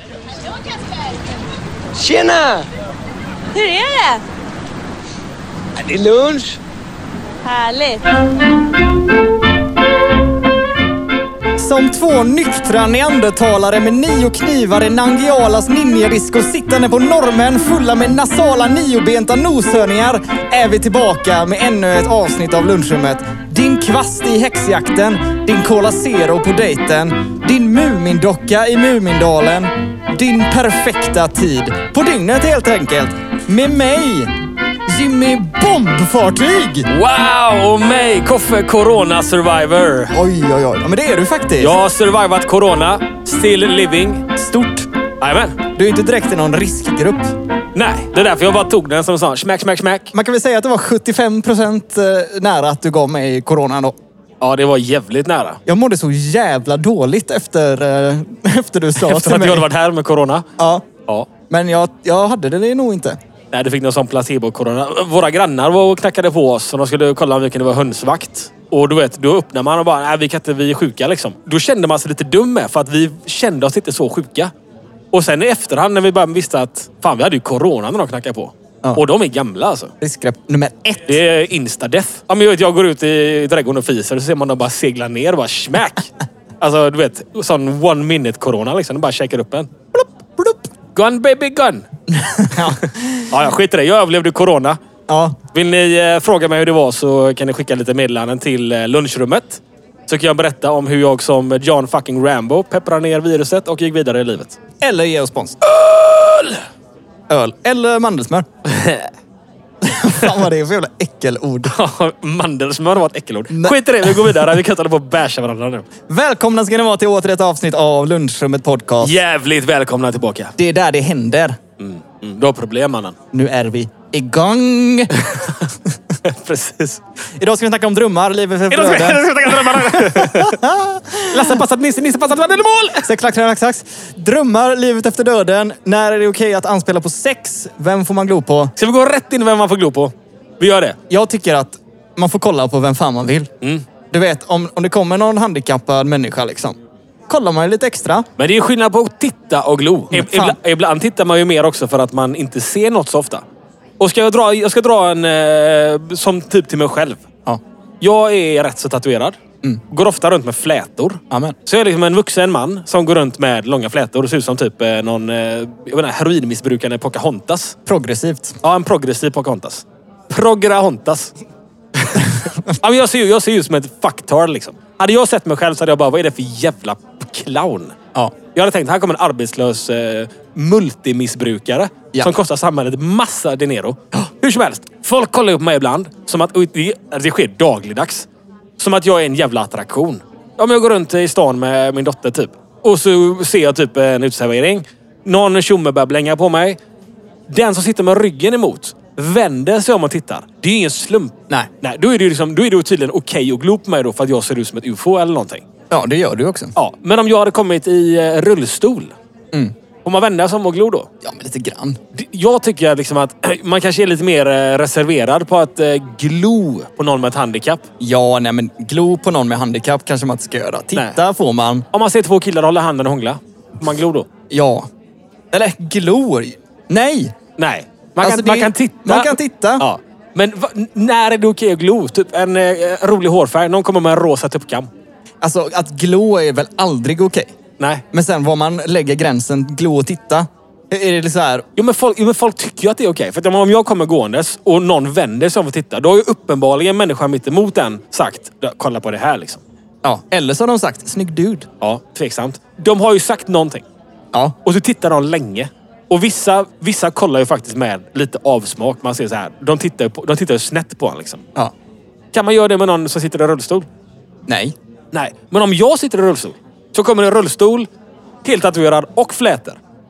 Tjena! Hur är det? Det är lunch. Härligt. Som två nyktra neandertalare med 9 knivar i Nangialas ninjadisco sittande på normen fulla med nasala 9-benta noshörningar är vi tillbaka med ännu ett avsnitt av Lunchrummet. Din kvast i häxjakten, din Cola Zero på dejten, din Mumindocka i Mumindalen, din perfekta tid på dygnet helt enkelt. Med mig, Jimmy Bombfartyg! Wow, och mig, Koffe Corona Survivor. Oj. Ja, men det är du faktiskt. Jag har survivat corona, still living. Stort. Jajamän. Du är inte direkt i någon riskgrupp. Nej, det är därför jag bara tog den som sa smack, smack, smack. Man kan väl säga att det var 75% nära att du gav mig corona då. Ja, det var jävligt nära. Jag mådde så jävla dåligt efter du sa Efter till att mig. jag hade varit här med corona. Ja, Ja. men jag hade det nog inte. Nej, du fick någon sån placebo-corona. Våra grannar var och knackade på oss och de skulle kolla om vi kunde vara hönsvakt. Och du vet, då öppnar man och bara, nej vi kan inte, vi är sjuka liksom. Då kände man sig lite dum med för att vi kände oss inte så sjuka. Och sen i efterhand när vi bara visste att fan, vi hade ju corona när de knackade på. Ja. Och de är gamla alltså. Riskgrepp nummer 1. Det är insta-death. Ja, men jag går ut i trädgården och fiser och så ser man dem bara segla ner och bara smack. Alltså du vet, sån 1 minute corona liksom. De bara checkar upp en. Blup, blup. Gun baby gun. Ja, jag skiter i det. Jag överlevde corona. Ja. Vill ni fråga mig hur det var så kan ni skicka lite meddelanden till lunchrummet. Så kan jag berätta om hur jag som John fucking Rambo pepprar ner viruset och gick vidare i livet. Eller ge oss spons. Öl. Eller mandelsmör. Fan vad det är för jävla äckelord. Mandelsmör var ett äckelord. Skit i det, vi går vidare. Vi kan inte på att basha varandra nu. Välkomna ska ni vara till åter ett avsnitt av Lunchrummet podcast. Jävligt välkomna tillbaka. Det är där det händer. Du har problem, mannen. Nu är vi igång. Precis. Idag ska vi snacka om drömmar, livet för döden. Lasse passat, Nisse passat, vad är det mål? Sex. Drömmar, livet efter döden. När är det okej att anspela på sex? Vem får man glo på? Ska vi gå rätt in i vem man får glo på? Vi gör det. Jag tycker att man får kolla på vem fan man vill. Du vet, om det kommer någon handikappad människa liksom. Kollar man ju lite extra. Men det är skillnad på att titta och glo. Ibland tittar man ju mer också för att man inte ser något så ofta. Och jag ska dra en som typ till mig själv. Ja. Jag är rätt så tatuerad. Går ofta runt med flätor. Amen. Så jag är liksom en vuxen man som går runt med långa flätor och ser ut som typ någon heroinmissbrukande Pocahontas. Progressivt. Ja, en progressiv Pocahontas. Prograhontas. Ja, men jag ser ju ut som ett fucktard liksom. Hade jag sett mig själv så hade jag bara, vad är det för jävla clown? Ja. Jag hade tänkt, här kommer en arbetslös multimissbrukare som kostar samhället massa dinero. Hur som helst. Folk kollar upp mig ibland som att det sker dagligdags. Som att jag är en jävla attraktion. Ja, men jag går runt i stan med min dotter typ. Och så ser jag typ en uteservering. Någon tjomme börjar blänga på mig. Den som sitter med ryggen emot vänder sig om och tittar. Det är ju ingen slump. Nej. Då är det tydligen okej att glo på mig då för att jag ser ut som ett UFO eller någonting. Ja, det gör du också. Ja, men om jag hade kommit i rullstol. Får man vända sig om och glo då? Ja, men lite grann. Jag tycker liksom att man kanske är lite mer reserverad på att glo på någon med ett handikapp. Ja, nej men glo på någon med handikapp kanske man inte ska göra. Titta får man. Om man ser 2 killar hålla handen och hångla. Man glo då? Ja. Eller glor. Nej. Nej. Alltså, Man kan titta. Man kan titta. Ja. Men när är det okej att glo? Typ en rolig hårfärg. Någon kommer med en rosa tuppkam. Alltså att glo är väl aldrig okej. Nej. Men sen var man lägger gränsen glo och titta. Är det så här? Jo men folk tycker ju att det är okej. För att om jag kommer gåendes och någon vänder sig om och tittar. Då har ju uppenbarligen människan mitt emot den sagt, kolla på det här liksom. Ja. Eller så har de sagt, snygg dude. Ja, tveksamt. De har ju sagt någonting. Ja. Och så tittar de länge. Och vissa kollar ju faktiskt med lite avsmak. Man ser så här. De tittar ju snett på en liksom. Ja. Kan man göra det med någon som sitter i rullstol? Nej. Nej. Men om jag sitter i rullstol. Så kommer en rullstol. Helt tatuerad och flätor.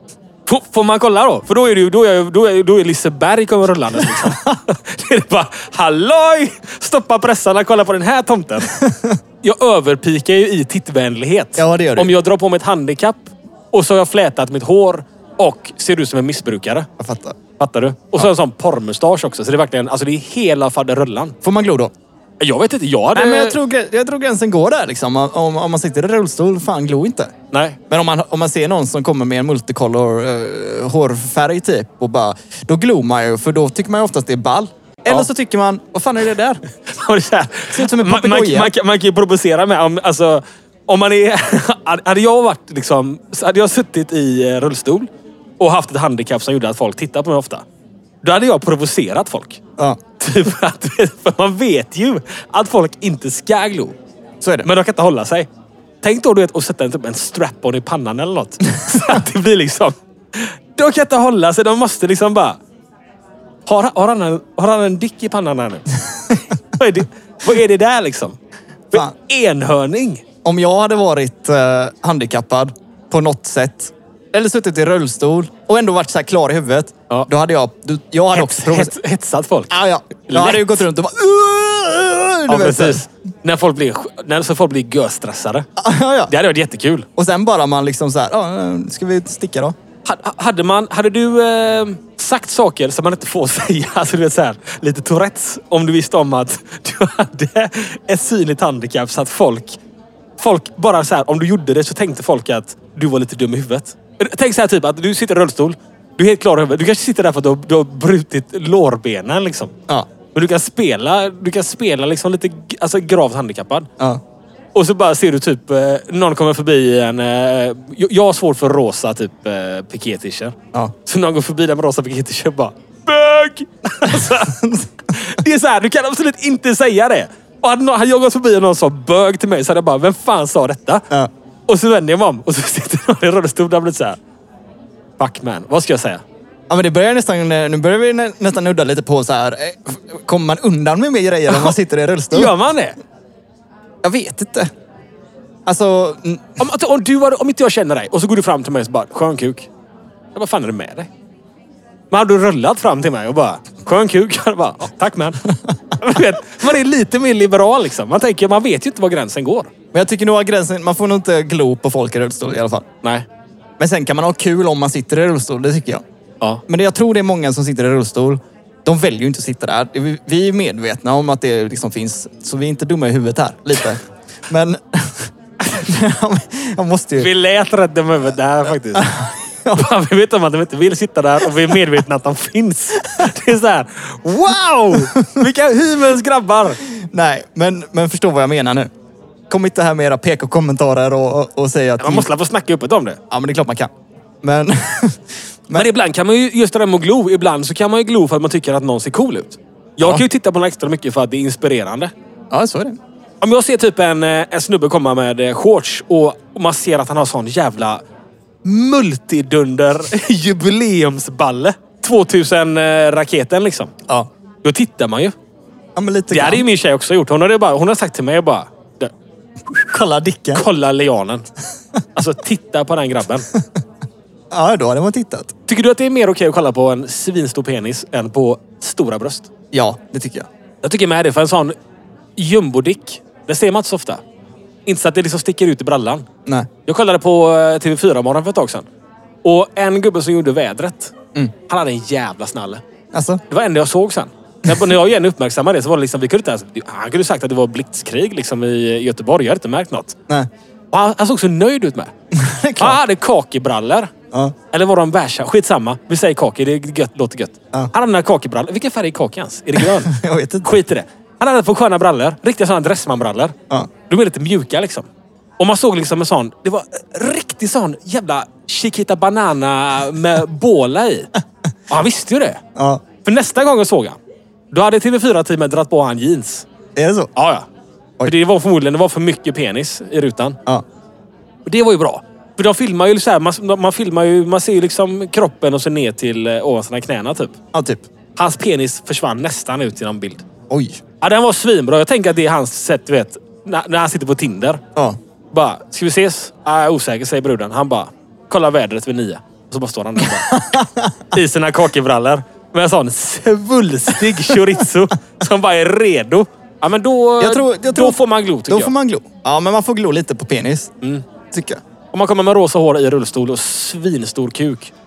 Får man kolla då? För då är Liseberg kommer rullande liksom. Det är bara, halloj! Stoppa pressarna, kolla på den här tomten. Jag överpikar ju i tittvänlighet. Ja, det gör du. Om jag drar på mig ett handikapp och så har jag flätat mitt hår och ser ut som en missbrukare. Jag fattar. Fattar du? Och så en sån porrmustasch också. Så det är verkligen, alltså det är hela faderullan. Får man glo då? Jag vet inte, jag hade... Nej, men jag tror gränsen går där liksom. Om man sitter i rullstol, fan glo inte. Nej. Men om man ser någon som kommer med en multicolor hårfärg typ och bara, då glor man ju, för då tycker man ju oftast det är ball. Eller så tycker man, vad fan är det där? Ser ut som en papegoja. Man kan ju provocera med, alltså, om man är... hade jag varit liksom... Hade jag suttit i rullstol och haft ett handikapp som gjorde att folk tittar på mig ofta, då hade jag provocerat folk. Ja. Typ för man vet ju att folk inte ska glo. Så är det. Men de kan inte hålla sig. Tänk då att sätta en strap-on i pannan eller något. Så att det blir liksom... De kan inte hålla sig, de måste liksom bara... Har han en dick i pannan här nu? Vad är det där liksom? Fan. Enhörning. Om jag hade varit handikappad på något sätt, eller suttit i rullstol och ändå varit så här klar i huvudet, då hade jag hade också hetsat folk. Ja. Jag hade ju gått runt och bara... Ja, precis. När folk blir görstressade. Ja. Det hade varit jättekul. Och sen bara man liksom så här, ska vi sticka då? Hade du sagt saker som man inte får säga, alltså du vet så här, lite Tourettes, om du visste om att du hade ett synligt handikapp, så att folk bara så här, om du gjorde det så tänkte folk att du var lite dum i huvudet. Tänk så här typ att du sitter i rullstol, du är helt klar i huvudet, du kanske sitter där för att du har brutit lårbenen liksom. Ja. Men du kan spela liksom lite, alltså gravt handikappad. Ja. Och så bara ser du typ, någon kommer förbi en... jag har svårt för rosa typ piké-t-shirt. Ja. Så någon går förbi där med rosa piké-t-shirt bara... Bög! Alltså, det är så här, du kan absolut inte säga det. Och hade jag gått förbi och någon sa bög till mig, så hade jag bara, vem fan sa detta? Ja. Och så vänder jag mig om och så sitter någon i rullstol där och blir så här... Fuck man, vad ska jag säga? Ja, men nu börjar vi nästan nudda lite på så här... Kommer man undan med mer grejer om man sitter i rullstol? Gör man det? Jag vet inte. Alltså... Om inte jag känner dig och så går du fram till mig och så bara, skön kuk. Vad fan är det med dig? Men hade du rullat fram till mig och bara, skön kuk. Jag bara, tack man. Man är lite mer liberal liksom. Man vet ju inte var gränsen går. Men jag tycker nog att gränsen, man får nog inte glo på folk i rullstol i alla fall. Nej. Men sen kan man ha kul om man sitter i rullstol, det tycker jag. Ja. Men jag tror det är många som sitter i rullstol. De väljer ju inte att sitta där. Vi är medvetna om att det liksom finns. Så vi är inte dumma i huvudet här. Lite. Men... jag måste ju... Vi lät rätt dumma i huvudet där faktiskt. Ja. Vi vet om att de inte vill sitta där och vi är medvetna att de finns. Det är så här, wow! Vilka hyvens grabbar! Nej, men förstå vad jag menar nu. Kom inte här med era PK-kommentarer och säga att... Man måste få snacka öppet om det. Ja, men det är klart man kan. Men ibland kan man ju, just det där med glo, ibland så kan man ju glo för att man tycker att någon ser cool ut. Jag kan ju titta på något extra mycket för att det är inspirerande. Ja, så är det. Om jag ser typ en snubbe komma med shorts och man ser att han har sån jävla multidunder jubileumsballe. 2000-raketen liksom. Ja. Då tittar man ju. Ja, men lite det hade ju min tjej också gjort. Hon har sagt till mig bara... Kolla dicken. Kolla lianen. Alltså titta på den grabben. Ja, då hade man tittat. Tycker du att det är mer okej att kolla på en svinstor penis än på stora bröst? Ja, det tycker jag. Jag tycker med det, för en sån jumbodick, det ser man inte så ofta. Inte så att det liksom sticker ut i brallan. Nej. Jag kollade på TV4-morgon för ett tag sedan. Och en gubbe som gjorde vädret, han hade en jävla snalle. Alltså? Det var en jag såg sen. När jag igen uppmärksammade det så var det liksom, han kunde sagt att det var blitzkrig liksom i Göteborg. Jag hade inte märkt något. Nej. Och han såg så nöjd ut med. Han hade kakibrallor. Ja. Eller var de bärsa? Skitsamma. Vi säger kaki, det är gött, låter gött. Ja. Han hade den här kakibrallor. Vilken färg är kaki hans? Är det grön? Jag vet inte. Skit i det. Han hade på sköna brallor. Riktiga sådana dressmanbrallor. Ja. De är lite mjuka liksom. Och man såg liksom en sån, det var riktigt sån jävla Chiquita Banana med båla i. Och han visste ju det. Ja. För nästa gång jag såg han, då hade TV4-teamet dratt på han jeans. Är det så? Ja. För det var förmodligen för mycket penis i rutan. Ja. Och det var ju bra. För de filmar ju så här, man filmar ju, man ser ju liksom kroppen och så ner till ovansina knäna typ. Ja, typ. Hans penis försvann nästan ut i någon bild. Oj. Ja, den var svinbra. Jag tänker att det är hans sätt, du vet, när han sitter på Tinder. Ja. Bara, ska vi ses? Jag är osäker, säger bruden. Han bara, kolla vädret vid 9. Och så bara står han där bara, i sina kakibrallor. Med en sån svulstig chorizo som bara är redo. Ja, men då får man glo, tycker jag. Då får man glo. Ja, men man får glo lite på penis. Tycker jag. Om man kommer med rosa hår i rullstol och svinstor kuk.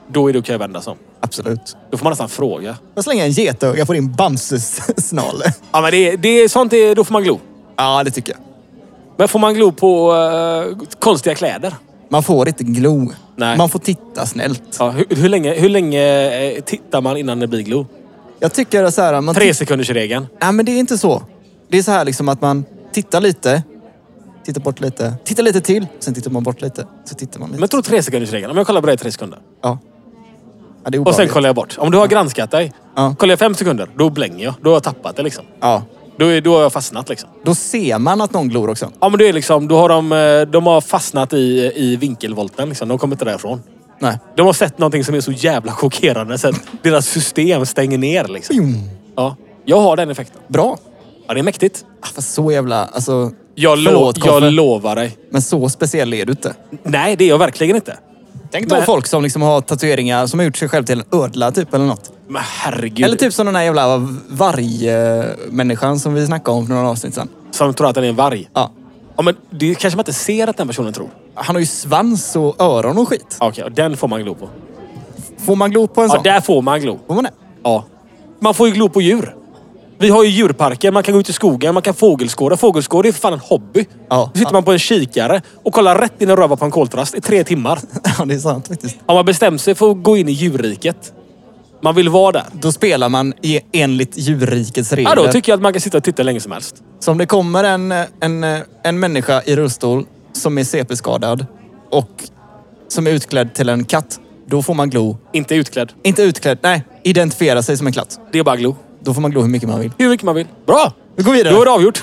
då är det okej att vända sig om. Absolut. Då får man nästan fråga. Jag slänger en getöga på din Bamses snal. Ja, men det är sånt, då får man glo. Ja, det tycker jag. Men får man glo på konstiga kläder? Man får inte glo. Nej. Man får titta snällt. Ja, hur länge tittar man innan det blir glo? Jag tycker det så här... Man 3 sekunders regeln. Nej, men det är inte så. Det är så här liksom att man tittar lite, tittar bort lite, tittar lite till, sen tittar man bort lite, så tittar man lite. Men jag tror 3 sekunders regeln. Om jag kollar på dig 3 sekunder. Ja. Ja, det är och sen obehagligt. kollar jag bort. Om du har granskat dig. Ja. Kollar jag 5 sekunder, då blänger jag. Då har jag tappat det liksom. Ja. Då har jag fastnat liksom. Då ser man att någon glor också. Ja, men det är liksom, då har de har fastnat i vinkelvolten liksom. De kommer inte därifrån. Nej. De har sett någonting som är så jävla chockerande så att deras system stänger ner liksom. Ja, jag har den effekten. Bra. Ja, det är mäktigt. Fast så jävla... Alltså, Jag lovar dig. Men så speciell är du inte. Nej, det är jag verkligen inte. Tänk då folk som liksom har tatueringar som har gjort sig själv till en ödla typ eller något. Men herregud. Eller typ som den här jävla vargmänniskan som vi snackade om för några avsnitt sedan. Som tror att den är en varg. Ja. Ja, men det kanske man inte ser att den personen tror. Han har ju svans och öron och skit. Okej, och den får man glo på. Får man glo på en Ja, sån? där får man glo. Får man det? Ja. Man får ju glo på djur. Vi har ju djurparker, man kan gå ut i skogen, man kan fågelskåda. Fågelskåda är för fan en hobby. Ja. Då sitter man på en kikare och kollar rätt in i röva på en koltrast i 3 timmar. Ja, det är sant faktiskt. Har man bestämt sig för att gå in i djurriket. Man vill vara där. Då spelar man enligt djurrikets regler. Ja, då tycker jag att man kan sitta och titta länge som helst. Så om det kommer en människa i rullstol som är CP-skadad och som är utklädd till en katt, då får man glo. Inte utklädd. Inte utklädd, nej. Identifiera sig som en katt. Det är bara glo. Då får man glo hur mycket man vill. Hur mycket man vill. Bra! Vi går vidare. Då är det avgjort.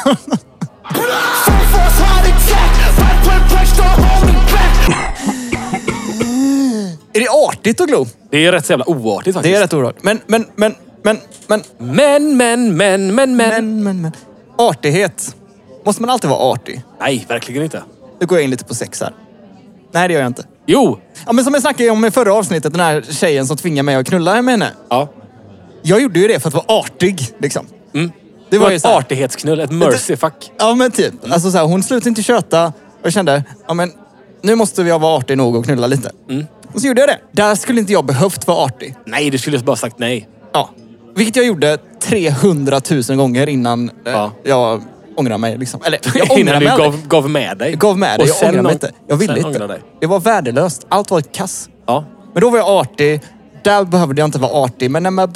Är det artigt att glo? Det är rätt så jävla oartigt faktiskt. Det är rätt oartigt. Men. Artighet. Måste man alltid vara artig? Nej, verkligen inte. Nu går jag in lite på sex här. Nej, det gör jag inte. Jo! Ja, men som jag snackade om i förra avsnittet, den här tjejen som tvingar mig att knulla med henne. Ja. Jag gjorde ju det för att vara artig, liksom. Mm. Det var ju ett så här, artighetsknull, ett mercy-fuck. Ja, men typ. Alltså så här, hon slutade inte köta. Och jag kände, ja men nu måste jag vara artig nog och knulla lite. Och så gjorde jag det. Där skulle inte jag behövt vara artig. Nej, du skulle bara sagt nej. Ja. Vilket jag gjorde 300 000 gånger innan jag ångrar mig. Liksom. Eller, jag ångrar innan mig du aldrig. gav med dig. Jag gav med dig, jag ångrar mig inte. Jag ville sen inte. dig. Det var värdelöst. Allt var ett kass. Ja. Men då var jag artig. Där behövde jag inte vara artig. Men när man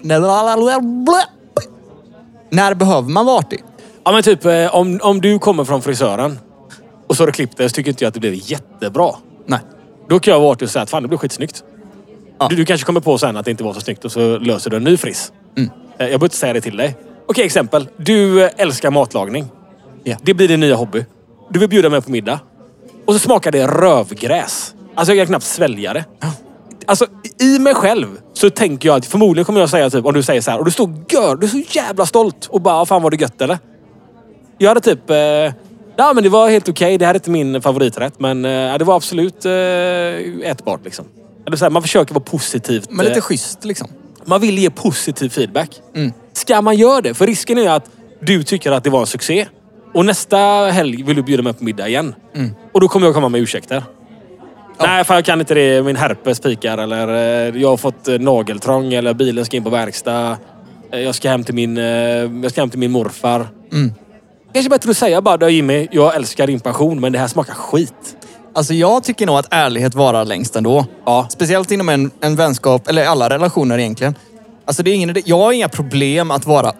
när behöver man vara artig? Ja, men typ om du kommer från frisören och så har du klippt det så tycker inte jag att det blev jättebra. Nej. Då kan jag vara artig och säga att fan, det blev skitsnyggt. Ja. Du kanske kommer på sen att det inte var så snyggt och så löser du en ny friss. Jag behöver inte säga det till dig. Okej, exempel. Du älskar matlagning. Yeah. Det blir din nya hobby. Du vill bjuda mig på middag. Och så smakar det rövgräs. Alltså jag kan knappt svälja det. Alltså i mig själv så tänker jag att förmodligen kommer jag säga typ, om du säger så här och du är så jävla stolt och bara, fan var det gött eller? Jag hade typ, ja men det var helt okej. Det här är inte min favoriträtt men det var absolut ätbart liksom. Eller så här, man försöker vara positivt. Men lite schysst liksom. Man vill ge positiv feedback. Ska man göra det? För risken är att du tycker att det var en succé. Och nästa helg vill du bjuda mig på middag igen. Och då kommer jag komma med ursäkter. Ja. Nej, för jag kan inte det. Min herpes pikar. Eller jag har fått nageltrång. Eller bilen ska in på verkstad. Jag ska hem till min morfar. Kanske bättre att säga bara, Jimmy, jag älskar din passion. Men det här smakar skit. Alltså jag tycker nog att ärlighet varar längst ändå. Ja. Speciellt inom en vänskap, eller alla relationer egentligen. Alltså det är ingen idé. Jag har inga problem att vara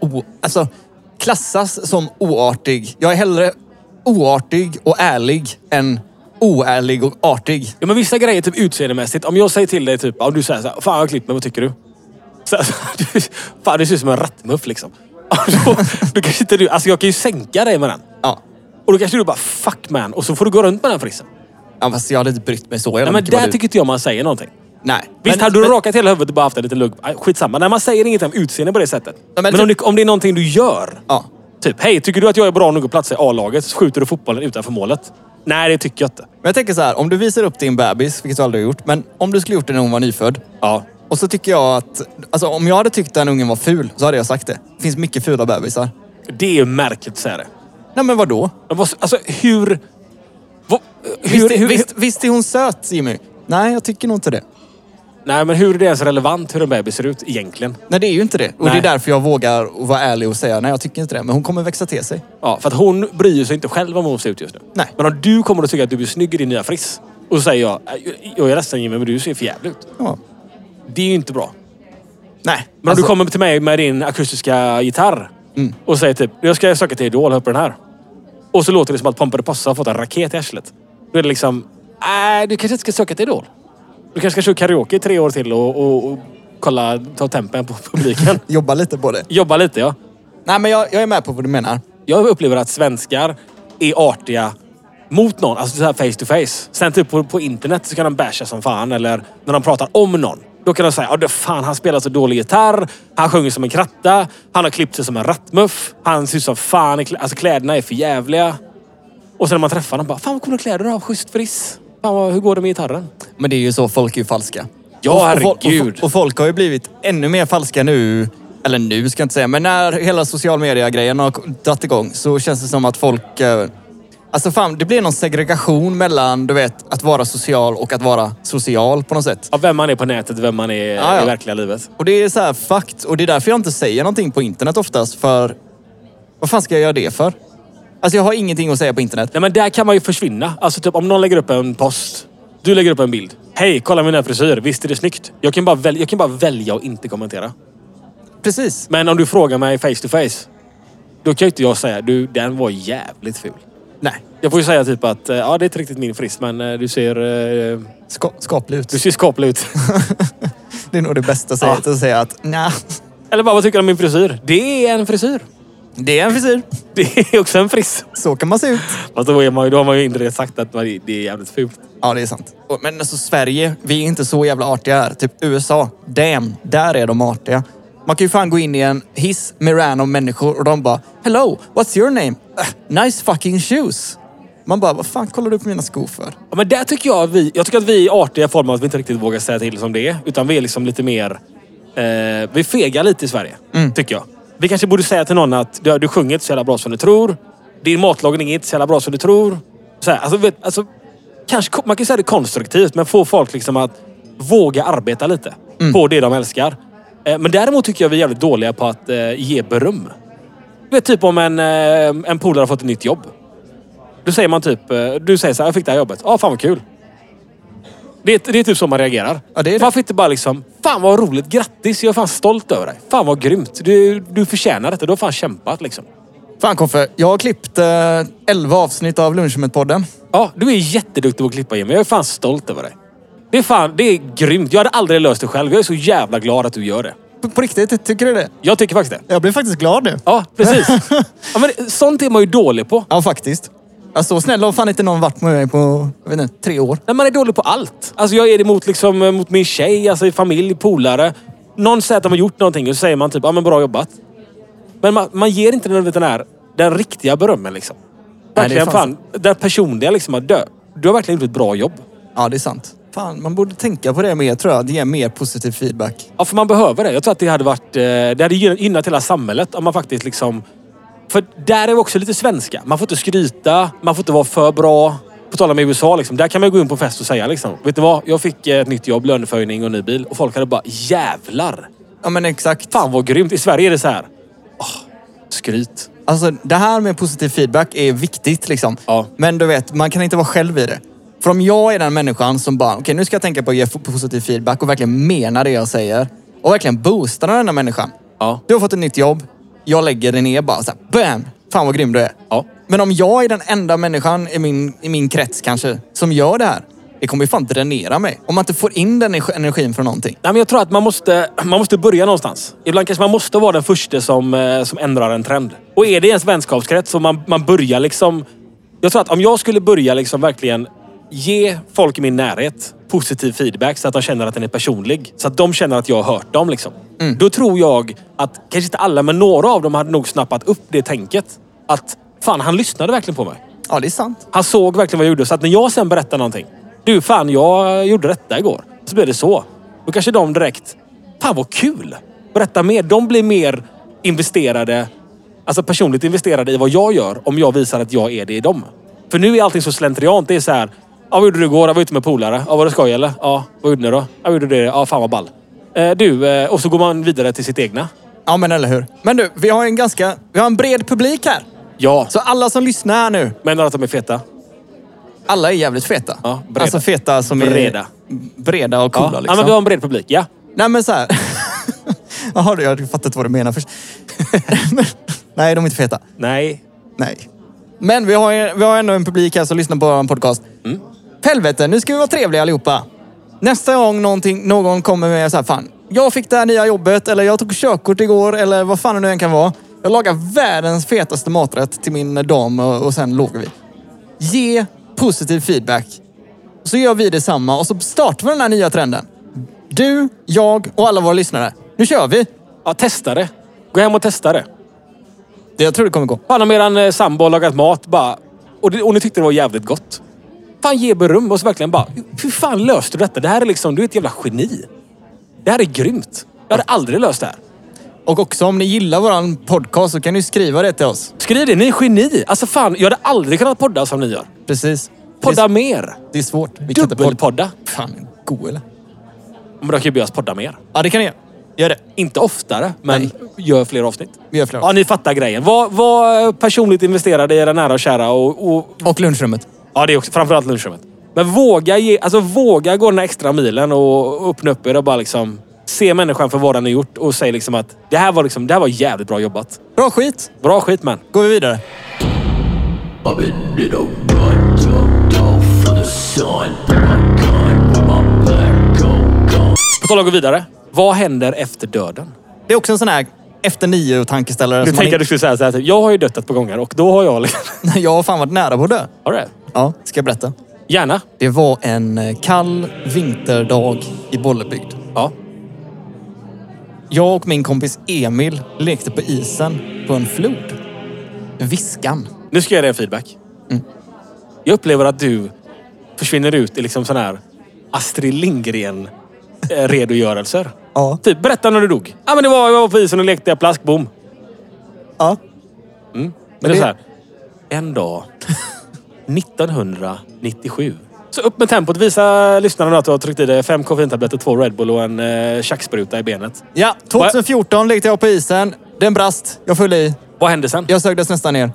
klassas som oartig. Jag är hellre oartig och ärlig än oärlig och artig. Ja, men vissa grejer typ utseendemässigt. Om jag säger till dig typ, om du säger så här, fan jag har klippt mig, vad tycker du? Så, fan det ser ut som en rattmuff liksom. Då kanske inte du, alltså jag kan ju sänka dig med den. Ja. Och då kanske du bara, fuck man. Och så får du gå runt med den frissen. Ja, fast jag hade inte brytt mig så. Nej, men där tycker inte jag man säger någonting. Nej. Visst, hade du rakat hela huvudet och bara haft en liten lugg. Skitsamma. Nej, man säger inget om utseende på det sättet. Ja, men om det är någonting du gör. Ja. Typ, hej, tycker du att jag är bra nog att platsa i A-laget så skjuter du fotbollen utanför målet. Nej, det tycker jag inte. Men jag tänker så här, om du visar upp din bebis, vilket du aldrig har gjort, men om du skulle gjort det när hon var nyfödd. Ja. Och så tycker jag att, alltså om jag hade tyckt att den ungen var ful, så hade jag sagt det. Det finns mycket fula bebisar. Det är märkligt att säga det. Nej, men vadå? Alltså, Visst är hon söt, Jimmy? Nej, jag tycker nog inte det. Nej, men hur är det ens relevant hur en bebis ser ut egentligen? Nej, det är ju inte det. Och Nej. det är därför jag vågar vara ärlig och säga nej, jag tycker inte det. Men hon kommer växa till sig. Ja, för att hon bryr sig inte själv om hon ser ut just nu. Nej. Men om du kommer att tycka att du blir snygg i din nya friss. Och så säger jag är ledsen Jimmy, men du ser för jävligt ut. Ja. Det är ju inte bra. Nej. Men om du kommer till mig med din akustiska gitarr och säger typ, jag ska söka till Idol, hör på den här. Och så låter det som att Pompade Possa har fått en raket i arslet. Då är det liksom, du kanske inte ska söka till Idol. Du kanske ska köra karaoke i 3 år till och kolla, ta tempen på publiken. Jobba lite på det. Jobba lite, ja. Nej, men jag är med på vad du menar. Jag upplever att svenskar är artiga mot någon, alltså så här face to face. Sen typ på internet så kan de basha som fan, eller när de pratar om någon. Då kan de säga, fan han spelar så dålig gitarr, han sjunger som en kratta, han har klippt sig som en rattmuff, han ser ut som fan, alltså kläderna är för jävliga. Och sen när man träffar dem bara, fan vad coola kläder du har, schysst friss. Fan, hur går det med gitarren? Men det är ju så, folk är ju falska. Ja, herregud. Och folk har ju blivit ännu mer falska nu. Eller nu ska jag inte säga, men när hela social media-grejen har dratt igång så känns det som att folk... Alltså fan, det blir någon segregation mellan, du vet, att vara social och att vara social på något sätt. Ja, vem man är på nätet, vem man är i verkliga livet. Och det är så här fakt. Och det är därför jag inte säger någonting på internet oftast. För vad fan ska jag göra det för? Alltså jag har ingenting att säga på internet. Nej, men där kan man ju försvinna. Alltså typ om någon lägger upp en post. Du lägger upp en bild. Hej, kolla min frisyr. Visst är det snyggt? Jag kan bara välja att inte kommentera. Precis. Men om du frågar mig face to face, då kan ju inte jag säga, du, den var jävligt ful. Nej. Jag får ju säga typ att, ja det är inte riktigt min friss, men du ser... Skaplig ut. Du ser skaplig ut. Det är nog det bästa sättet att säga att nej. Eller bara, vad tycker du om min frisyr? Det är en frisyr. Det är en frisyr. Det är också en friss. Så kan man se ut. Fast då har man ju indirekt sagt att det är jävligt fult. Ja, det är sant. Men alltså Sverige, vi är inte så jävla artiga här. Typ USA, damn, där är de artiga. Man kan ju fan gå in i en hiss med random människor och de bara, hello, what's your name? Nice fucking shoes. Man bara, vad fan kollar du på mina skor för? Ja, men där tycker jag tycker att vi är artiga i form av att vi inte riktigt vågar säga till som det är. Utan vi är liksom lite mer, vi fegar lite i Sverige, tycker jag. Vi kanske borde säga till någon att du sjunger inte så jävla bra som du tror. Din matlagning är inte så jävla bra som du tror. Så här, alltså, kanske, man kan säga det konstruktivt, men få folk liksom att våga arbeta lite på det de älskar. Men däremot tycker jag vi är jävligt dåliga på att ge beröm. Du vet typ om en polare har fått ett nytt jobb. Då säger man typ, du säger så här, jag fick det här jobbet. Ja, fan vad kul. Det är typ så man reagerar. Ja, det är det. Varför inte bara liksom, fan vad roligt, grattis, jag är fan stolt över dig. Fan vad grymt, du förtjänar detta, du har fan kämpat liksom. Fan Koffe, jag har klippt 11 avsnitt av Lunchmet-podden. Ja, du är jätteduktig på att klippa Jimmy, jag är fan stolt över dig. Det är grymt, jag hade aldrig löst det själv, jag är så jävla glad att du gör det. På riktigt, tycker du det? Jag tycker faktiskt det. Jag blir faktiskt glad nu. Ja, precis. Ja, men sånt är man ju dålig på. Ja, faktiskt. Alltså, så snälla har fan inte någon varit med mig på, jag vet inte, 3 år. Nej, man är dålig på allt. Alltså jag är det mot min tjej, alltså i familj, polare. Någon säger att de har gjort någonting och så säger man typ, ja men bra jobbat. Men man ger inte den riktiga berömmen liksom. Verkligen fan, den personliga liksom att dö. Du har verkligen gjort ett bra jobb. Ja, det är sant. Fan, man borde tänka på det mer, tror jag. Det ger mer positiv feedback. Ja, för man behöver det. Jag tror att det hade gynnat hela samhället om man faktiskt liksom... För där är vi också lite svenska. Man får inte skryta, man får inte vara för bra. På tal om USA liksom. Där kan man gå in på fest och säga liksom, vet du vad? Jag fick ett nytt jobb, löneförhöjning och ny bil. Och folk hade bara, jävlar. Ja, men exakt. Fan vad grymt. I Sverige är det så här. Skryt. Alltså, det här med positiv feedback är viktigt liksom. Ja. Men du vet, man kan inte vara själv i det. För om jag är den människan som bara, okej, nu ska jag tänka på att ge positiv feedback och verkligen mena det jag säger. Och verkligen boosta den här människan. Ja. Du har fått ett nytt jobb. Jag lägger det ner bara så här, bam! Fan vad grym du är. Ja. Men om jag är den enda människan i min krets kanske som gör det här, det kommer ju fan dränera mig. Om man inte får in den energin från någonting. Nej, men jag tror att man måste börja någonstans. Ibland kanske man måste vara den första som ändrar en trend. Och är det ens vänskapskrets så man börjar liksom... Jag tror att om jag skulle börja liksom verkligen ge folk i min närhet positiv feedback så att de känner att den är personlig. Så att de känner att jag har hört dem liksom. Då tror jag att, kanske inte alla, men några av dem hade nog snappat upp det tänket. Att fan, han lyssnade verkligen på mig. Ja, det är sant. Han såg verkligen vad jag gjorde. Så att när jag sen berättar någonting. Du, fan, jag gjorde detta igår. Så blir det så. Då kanske de direkt, fan vad kul. Berätta mer. De blir mer investerade, alltså personligt investerade i vad jag gör om jag visar att jag är det i dem. För nu är allting så slentriant. Det är så här, Ja, vad gjorde du igår? Jag var ute med polare. Ja, var det skoj eller? Ja, vad gjorde ni då? Jag gjorde det. Ja, fan vad ball. Och så går man vidare till sitt egna. Ja, men eller hur. Men du, vi har en bred publik här. Ja. Så alla som lyssnar här nu. Menar att de är feta? Alla är jävligt feta. Ja, breda. Alltså feta som breda. är breda och coola Ja, liksom. men vi har en bred publik, ja. Nej, men så här. Jaha, jag fattar inte vad du menar först. Nej, de är inte feta. Nej. Men vi har ändå en publik här som lyssnar på vår podcast. Helvete, nu ska vi vara trevliga allihopa. Nästa gång någon kommer med så här, fan, jag fick det här nya jobbet, eller jag tog körkort igår, eller vad fan det nu än kan vara. Jag lagar världens fetaste maträtt till min dam och sen lågar vi. Ge positiv feedback. Så gör vi detsamma och så startar vi den här nya trenden. Du, jag och alla våra lyssnare. Nu kör vi. Ja, testa det. Gå hem och testa det. Jag tror det kommer gå. Fan, om eran sambo har lagat mat bara... Och ni tyckte det var jävligt gott. Fan, ge beröm och så verkligen bara... Hur fan löste du detta? Det här är liksom... Du är ett jävla geni. Det här är grymt. Jag hade aldrig löst det här. Och också om ni gillar våran podcast så kan ni skriva det till oss. Skriv det, ni är geni. Alltså fan, jag hade aldrig kunnat podda som ni gör. Precis. Podda mer. Det är svårt. Vi kan inte Dubbelpodda. Fan, god eller? Men då kan ju be oss podda mer. Ja, det kan ni göra. Gör det. Inte oftare, men gör fler avsnitt. Vi gör fler Ja, ni fattar grejen. Var personligt investerade i era nära och kära och lunchrummet. Ja, det är också framförallt lunchrummet. Men våga gå den här extra milen och öppna upp er och bara liksom se människan för vad den har gjort och säga liksom att det här var jävligt bra jobbat. Bra skit. Bra skit, man. Går vi vidare. På tal om att gå vidare. Vad händer efter döden? Det är också en sån här efter 9 tankeställare. Du tänkte att du skulle säga så här, jag har ju dött ett par gånger och då har jag liksom... Jag har fan varit nära på att dö. Har du det? Ja, ska jag berätta. Gärna. Det var en kall vinterdag i Bollebygd. Ja. Jag och min kompis Emil lekte på isen på en flod. Viskan. Nu ska jag ge dig en feedback. Jag upplever att du försvinner ut i liksom sån här Astrid Lindgren redogörelser. Ja. Typ, berätta när du dog. Ja, men jag var på isen och lekte plask, boom. Ja. Men det är så här. En dag 1997. Så upp med tempot. Visa lyssnarna att du har tryckt i dig 5 koffeintabletter, 2 Red Bull och en tjackspruta i benet. Ja, 2014 lekte jag på isen. Den brast. Jag föll i. Vad hände sen? Jag sögdes nästan ner.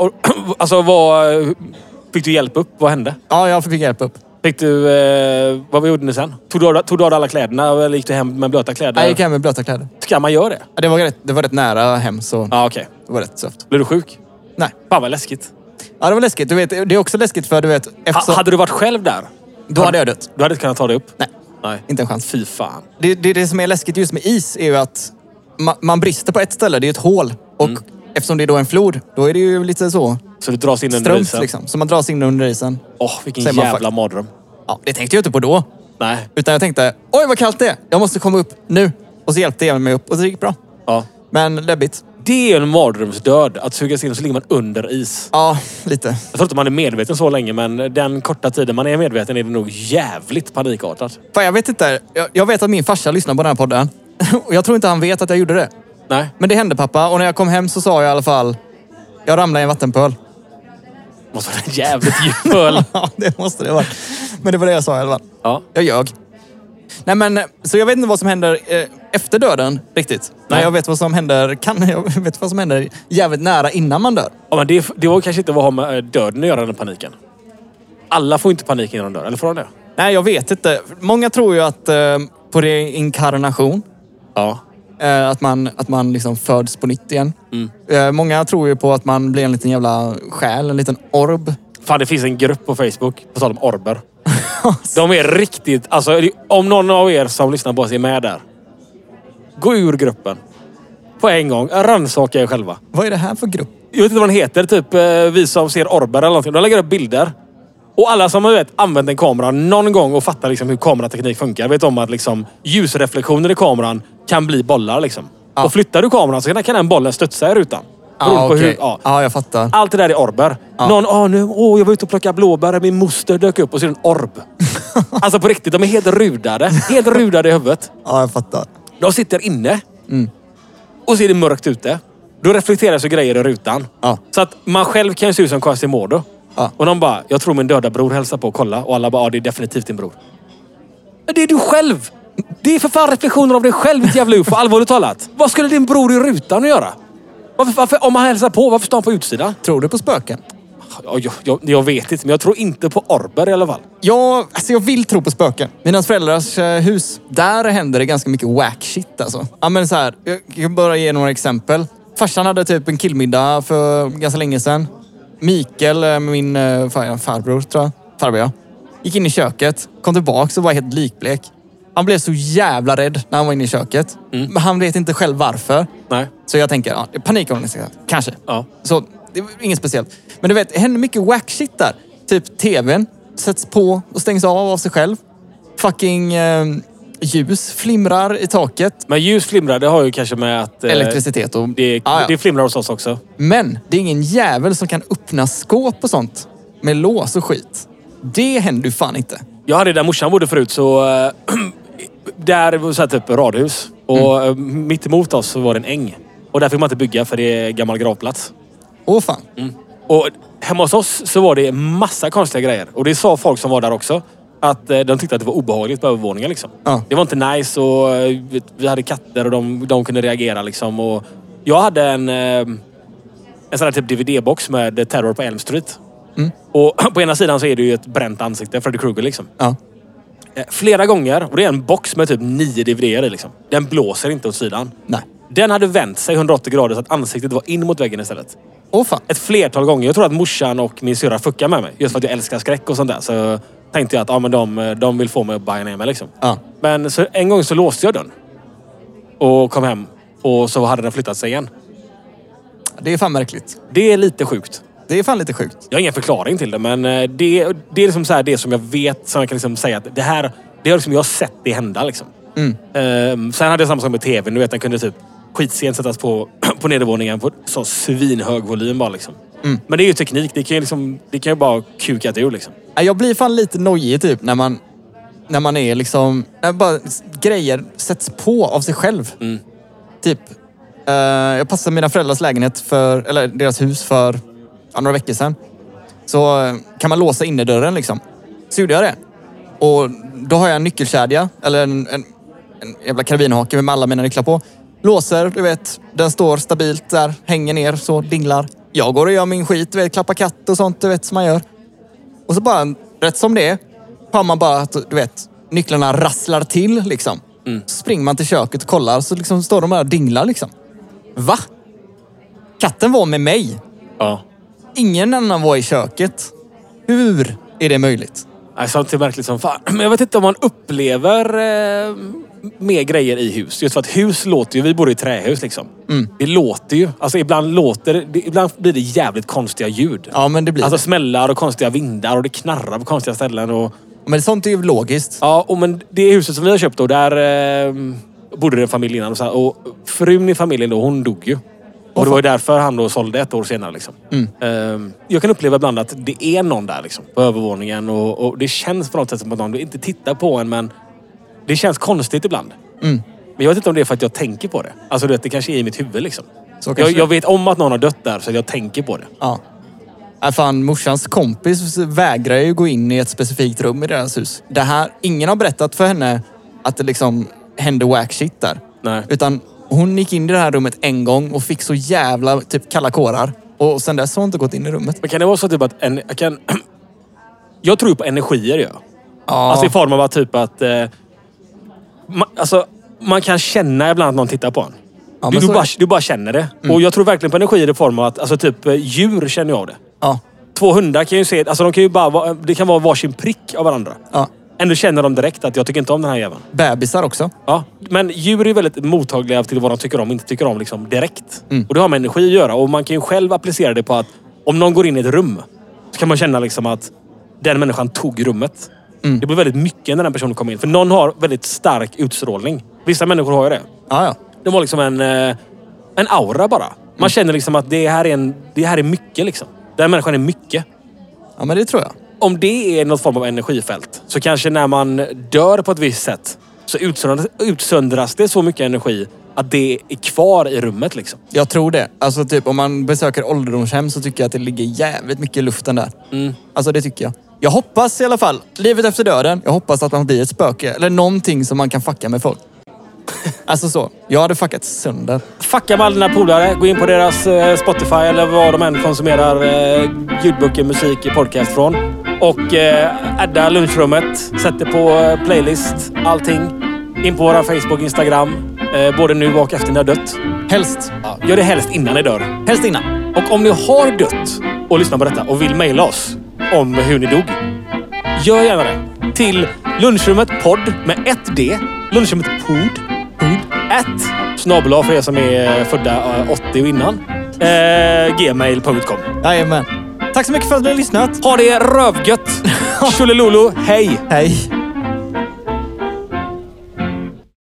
Fick du hjälp upp? Vad hände? Ja, jag fick hjälp upp. Fick du... vad gjorde ni sen? Tog du av alla kläderna eller gick du hem med blöta kläder? Jag gick hem med blöta kläder. Ska man göra det? Ja, det var rätt nära hem så Okej. det var rätt söft. Blev du sjuk? Nej. Fan vad läskigt. Ja, det var läskigt. Du vet, det är också läskigt för du vet... Eftersom... Hade du varit själv där? Då hade jag dött. Du hade inte kunnat ta dig upp? Nej. Inte en chans. Fy fan. Det som är läskigt just med is är ju att man brister på ett ställe. Det är ett hål. Och eftersom det är då en flod, då är det ju lite så... Så du dras in under isen? Liksom. Så man dras in under isen. Vilken jävla mardröm. Ja, det tänkte jag inte på då. Nej. Utan jag tänkte, oj vad kallt det är. Jag måste komma upp nu. Och så hjälpte jag mig upp och det gick bra. Ja. Men läbbigt. Det är en mardrömsdöd. Att sugas in och så ligger man under is. Ja, lite. Jag tror inte man är medveten så länge, men den korta tiden man är medveten är det nog jävligt panikartat. Fan, jag vet inte. Jag vet att min farsa lyssnar på den här podden. Och jag tror inte han vet att jag gjorde det. Nej. Men det hände pappa. Och när jag kom hem så sa jag i alla fall, jag ramlade i en vattenpöl. Måste vara en jävligt djup pöl. Ja, det måste det vara. Men det var det jag sa i alla fall. Ja. Jag ljög. Nej, men så jag vet inte vad som händer efter döden riktigt. Men jag vet vad som händer. Jag vet vad som händer jävligt nära innan man dör. Ja, men det var kanske inte vad har med döden att göra, den paniken. Alla får inte panik innan de dör, eller får de det? Nej, jag vet inte. Många tror ju att på reinkarnation. Ja. Att man liksom föds på nytt igen. Många tror ju på att man blir en liten jävla själ, en liten orb. Fan, det finns en grupp på Facebook på tal om orber. De är riktigt... Alltså, om någon av er som lyssnar på oss är med där. Gå ur gruppen. På en gång. Rannsaka er själva. Vad är det här för grupp? Jag vet inte vad den heter. Typ vi som ser orber eller någonting. De lägger upp bilder. Och alla som har använt en kamera någon gång och fattar liksom hur kamerateknik funkar vet om att liksom ljusreflektioner i kameran kan bli bollar liksom. Ja. Och flyttar du kameran så kan den bollen studsa i rutan. Okay. Ja, jag fattar. Allt det där är orber. Ja. Jag var ute och plockade blåbär. Min moster dök upp och så är det en orb. Alltså på riktigt, de är helt rudade. Helt rudade i huvudet. Ja, jag fattar. De sitter inne. Och så är det mörkt ute. Då reflekteras ju grejer i rutan. Ja. Så att man själv kan se ut som Quasimodo. Ja. Och någon bara, jag tror min döda bror hälsar på och kolla. Och alla bara, ja det är definitivt din bror. Men det är du själv! Det är för fan reflektioner av dig själv, ditt jävla ufo, allvarligt talat. Vad skulle din bror i rutan att göra? Varför, om han hälsar på, varför står han på utsidan? Tror du på spöken? Jag vet inte, men jag tror inte på orber i alla fall. Jag vill tro på spöken. Mina föräldrars hus, där händer det ganska mycket wack shit alltså. Ja, men så här, jag kan bara ge några exempel. Farsan hade typ en killmiddag för ganska länge sedan. Mikael, min farbror tror jag. Farbror, ja. Gick in i köket, kom tillbaka och var helt likblek. Han blev så jävla rädd när han var inne i köket. Men han vet inte själv varför. Nej. Så jag tänker, ja, panikångest kanske. Ja. Så det är inget speciellt. Men du vet, det händer mycket wack shit där. Typ tvn sätts på och stängs av sig själv. Fucking ljus flimrar i taket. Men ljus flimrar, det har ju kanske med att... Elektricitet och... Det flimrar hos oss också. Men det är ingen jävel som kan öppna skåp och sånt med lås och skit. Det händer ju fan inte. Jag hade där morsan bodde förut så... där var så här typ radhus. Och mitt emot oss så var det en äng. Och där fick man inte bygga för det är gammal gravplats. Åh fan. Och hemma hos oss så var det massa konstiga grejer. Och det sa folk som var där också. Att de tyckte att det var obehagligt på övervåningen liksom. Ja. Det var inte nice och vi hade katter och de kunde reagera liksom. Och jag hade en sån här typ DVD-box med Terror på Elm Street. Och på ena sidan så är det ju ett bränt ansikte, Freddy Krueger liksom. Ja. Flera gånger, och det är en box med typ 9 DVD-er liksom. Den blåser inte åt sidan. Nej. Den hade vänt sig 180 grader så att ansiktet var in mot väggen istället. Åh fan. Ett flertal gånger. Jag tror att morsan och min syrra fuckar med mig. Just för att jag älskar skräck och sånt där. Så tänkte jag att men de vill få mig att baja ner mig liksom. Ja. Men så en gång så låste jag dörren. Och kom hem. Och så hade den flyttat sig igen. Det är fan märkligt. Det är lite sjukt. Det är fan lite sjukt. Jag har ingen förklaring till det. Men det är liksom så här det som jag vet. Som jag kan liksom säga att det här... Det har liksom jag har sett det hända liksom. Sen hade jag samma sak med tvn. Du vet, den kunde typ skitsent sättas på nedervåningen på så svinhög volym bara liksom. Men det är ju teknik. Det kan ju bara kuka ur liksom. Jag blir fan lite nojig typ när man är liksom... När bara grejer sätts på av sig själv. Typ... jag passade mina föräldrars lägenhet eller deras hus för några veckor sedan. Så kan man låsa innerdörren liksom. Så gjorde jag det. Och då har jag en nyckelkedja, eller en jävla karabinhake med alla mina nycklar på. Låser, du vet, den står stabilt där, hänger ner, så dinglar. Jag går och gör min skit, du vet, klappar katt och sånt, du vet, som man gör. Och så bara, rätt som det är, har man bara att, du vet, nycklarna rasslar till liksom. Så springer man till köket och kollar, så liksom står de där och dinglar liksom. Va? Katten var med mig. Ja. Ingen annan var i köket. Hur är det möjligt? Sånt är märkligt som fan. Men jag vet inte om man upplever mer grejer i hus. Just för att hus låter ju, vi bor i trähus liksom. Det låter ju, alltså ibland blir det jävligt konstiga ljud. Ja, men det blir alltså det. smällar och konstiga vindar och det knarrar på konstiga ställen. Och... Men sånt är ju logiskt. Ja, men det huset som vi har köpt då, där bodde det en familj innan. Och frun i familjen då, hon dog ju. Och det var ju därför han då sålde 1 år senare liksom. Jag kan uppleva ibland att det är någon där liksom, på övervåningen. Och det känns på något sätt som att någon inte tittar på en, men det känns konstigt ibland. Men jag vet inte om det är för att jag tänker på det. Alltså det kanske är i mitt huvud liksom. Jag vet om att någon har dött där, så jag tänker på det. Ja. Fan, morsans kompis vägrar ju gå in i ett specifikt rum i deras hus. Ingen har berättat för henne att det liksom hände wack shit där. Nej. Utan hon gick in i det här rummet en gång och fick så jävla typ kalla kårar. Och sen dess har hon inte gått in i rummet. Men kan det vara så typ att jag tror på energier, ja. Ja. Alltså i form av att typ att man kan känna ibland att någon tittar på en. Ja, du bara känner det. Och jag tror verkligen på energier i form av att alltså typ djur känner jag av det. Ja. 2 hundar kan ju se, alltså de kan ju bara det kan vara varsin prick av varandra. Ja. Ändå känner de direkt att jag tycker inte om den här jäveln. Bebisar också. Ja, men djur är väldigt mottagliga till vad de tycker om och inte tycker om liksom direkt. Och det har med energi att göra. Och man kan ju själv applicera det på att om någon går in i ett rum så kan man känna liksom att den människan tog rummet. Det blir väldigt mycket när den personen kommer in. För någon har väldigt stark utstrålning. Vissa människor har ju det. Ja. De har liksom en aura bara. Man känner liksom att det här är mycket liksom. Den människan är mycket. Ja, men det tror jag. Om det är någon form av energifält så kanske när man dör på ett visst sätt så utsöndras det så mycket energi att det är kvar i rummet liksom. Jag tror det. Alltså typ om man besöker ålderdomshem så tycker jag att det ligger jävligt mycket i luften där. Alltså det tycker jag. Jag hoppas i alla fall, livet efter döden, jag hoppas att man blir ett spöke. Eller någonting som man kan fucka med folk. Alltså så. Jag hade fuckat sönder. Fucka med alla dina polare. Gå in på deras Spotify eller vad de än konsumerar ljudböcker, musik, podcast från. Och adda lunchrummet. Sätt det på playlist. Allting. In på våra Facebook, Instagram. Både nu och efter ni har dött. Helst. Ja, gör det helst innan ni dör. Helst innan. Och om ni har dött och lyssnar på detta och vill mejla oss om hur ni dog. Gör gärna det. Till lunchrummetpodd med 1D. Lunchrummetpodd. @snabel-a för er som är födda 80 och innan. Gmail.com. Jajamän. Tack så mycket för att ni har lyssnat. Ha det rövgött. Tjolilolo. Hej. Hej.